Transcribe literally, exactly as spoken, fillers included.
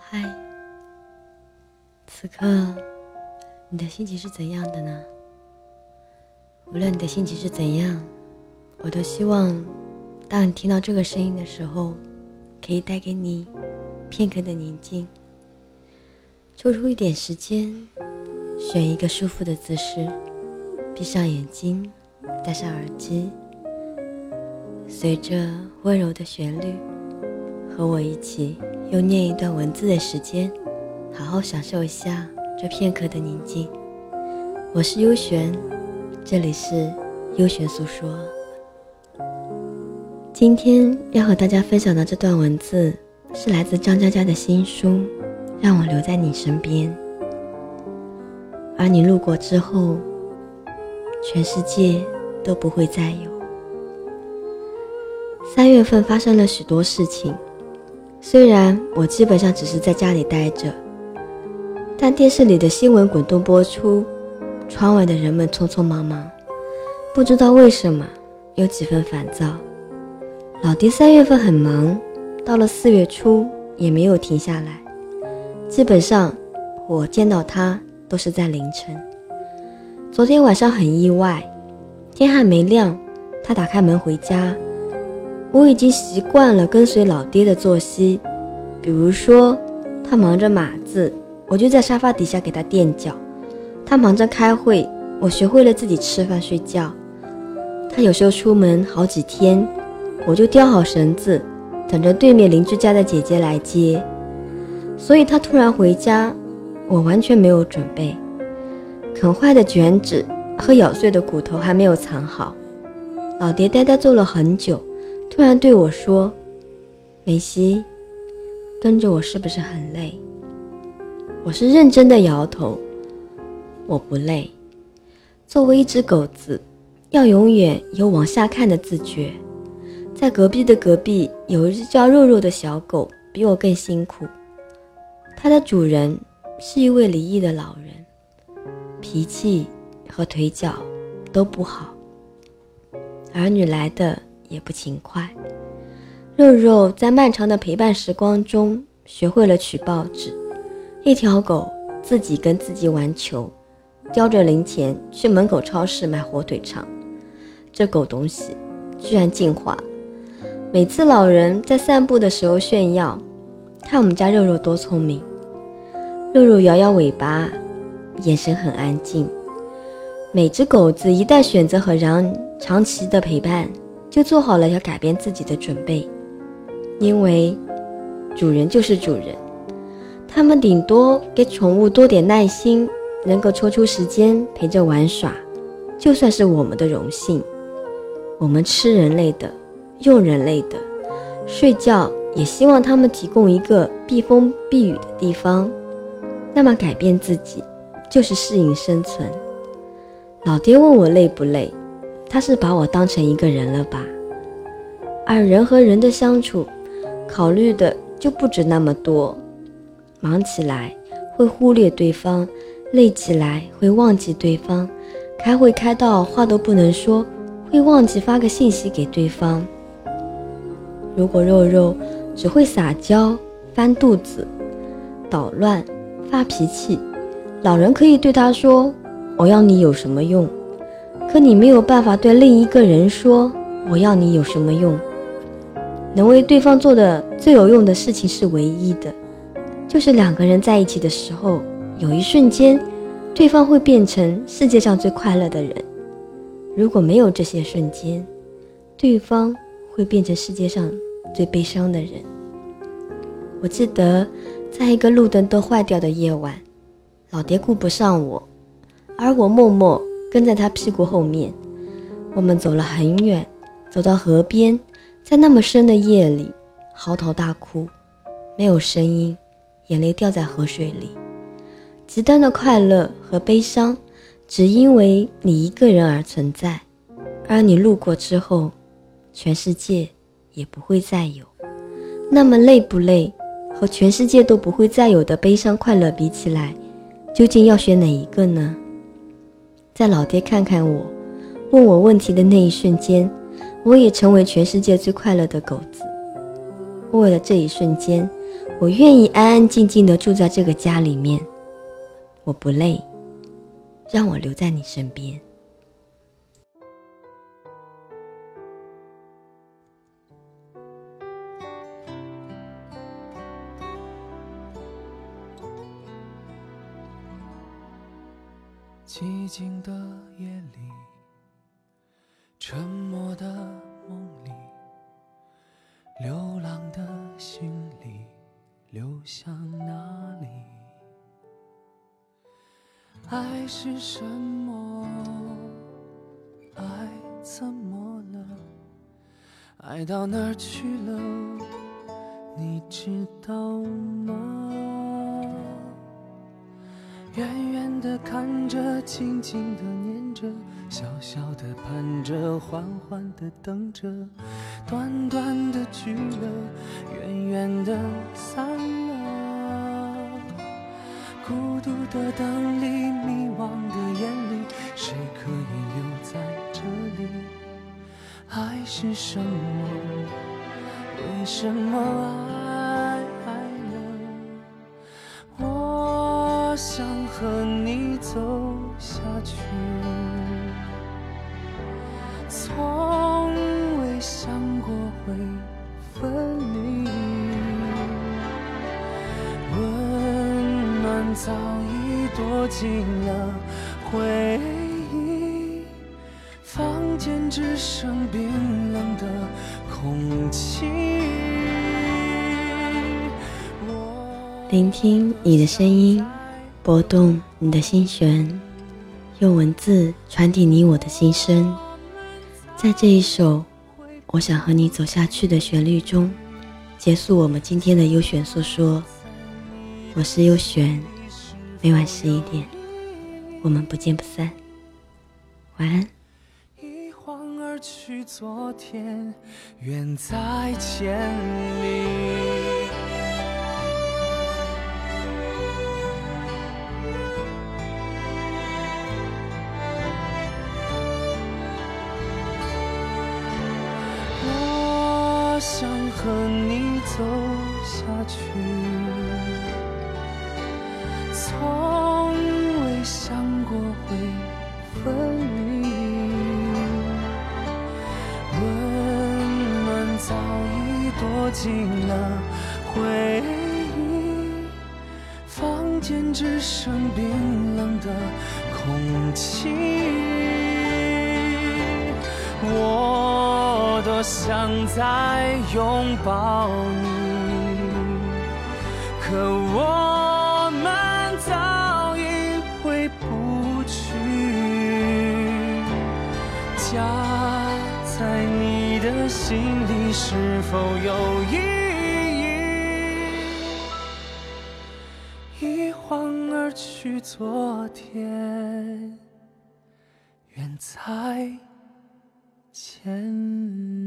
嗨，此刻你的心情是怎样的呢？无论你的心情是怎样，我都希望当你听到这个声音的时候，可以带给你片刻的宁静。抽出一点时间，选一个舒服的姿势，闭上眼睛，戴上耳机，随着温柔的旋律，和我一起用念一段文字的时间，好好享受一下这片刻的宁静。我是幽璇，这里是幽璇诉说。今天要和大家分享的这段文字是来自张嘉佳的新书《让我留在你身边》，而你路过之后，全世界都不会再有。三月份发生了许多事情，虽然我基本上只是在家里待着，但电视里的新闻滚动播出，窗外的人们匆匆忙忙，不知道为什么有几分烦躁。老爹三月份很忙，到了四月初也没有停下来，基本上我见到他都是在凌晨。昨天晚上很意外，天还没亮，他打开门回家。我已经习惯了跟随老爹的作息，比如说他忙着码字，我就在沙发底下给他垫脚；他忙着开会，我学会了自己吃饭睡觉；他有时候出门好几天，我就吊好绳子，等着对面邻居家的姐姐来接。所以他突然回家，我完全没有准备，啃坏的卷纸和咬碎的骨头还没有藏好。老爹呆呆坐了很久，突然对我说：梅西，跟着我是不是很累？我是认真的摇头，我不累。作为一只狗子，要永远有往下看的自觉。在隔壁的隔壁有一只叫肉肉的小狗，比我更辛苦。它的主人是一位离异的老人，脾气和腿脚都不好，儿女来的也不勤快。肉肉在漫长的陪伴时光中学会了取报纸，一条狗自己跟自己玩球，叼着零钱去门口超市买火腿肠。这狗东西居然进化了，每次老人在散步的时候炫耀，看我们家肉肉多聪明。肉肉摇摇尾巴，眼神很安静。每只狗子一旦选择和人长期的陪伴，就做好了要改变自己的准备，因为主人就是主人，他们顶多给宠物多点耐心，能够抽出时间陪着玩耍，就算是我们的荣幸。我们吃人类的，用人类的，睡觉也希望他们提供一个避风避雨的地方。那么改变自己就是适应生存。老爹问我累不累，他是把我当成一个人了吧？而人和人的相处，考虑的就不止那么多。忙起来会忽略对方，累起来会忘记对方，开会开到话都不能说，会忘记发个信息给对方。如果肉肉只会撒娇、翻肚子、捣乱、发脾气，老人可以对他说：我要你有什么用？可你没有办法对另一个人说：我要你有什么用？能为对方做的最有用的事情是唯一的，就是两个人在一起的时候，有一瞬间，对方会变成世界上最快乐的人。如果没有这些瞬间，对方会变成世界上最悲伤的人。我记得在一个路灯都坏掉的夜晚，老爹顾不上我，而我默默跟在他屁股后面。我们走了很远，走到河边，在那么深的夜里嚎啕大哭，没有声音，眼泪掉在河水里。极端的快乐和悲伤，只因为你一个人而存在，而你路过之后，全世界也不会再有。那么累不累？和全世界都不会再有的悲伤快乐比起来，究竟要选哪一个呢？在老爹看看我，问我问题的那一瞬间，我也成为全世界最快乐的狗子。为了这一瞬间， 我愿意安安静静地住在这个家里面，我不累，让我留在你身边。 寂静的夜里，沉默的梦里，流浪的心里，流向哪里？爱是什么？爱怎么了？爱到哪儿去了？你知道吗？远远地看着，静静地念着，小小地盼着，缓缓地等着，短短的聚了，远远地散了。孤独的灯里，迷惘的眼里，谁可以留在这里？爱是什么？为什么爱了？我想和你走下去，从未想过会分离，温暖早已躲进了回忆，房间只剩冰冷的空气。 聆听你的声音，拨动你的心弦，用文字传递你我的心声。在这一首我想和你走下去的旋律中，结束我们今天的优选诉说。我是优璇，每晚十一点，我们不见不散。晚安。 一晃而去，昨天远在千里。我想和你走下去，从未想过会分离，温暖早已躲进了回忆，房间只剩冰冷的空气。我多想再拥抱你，可我们早已回不去。家在你的心里是否有意义？一晃而去，昨天远在千里。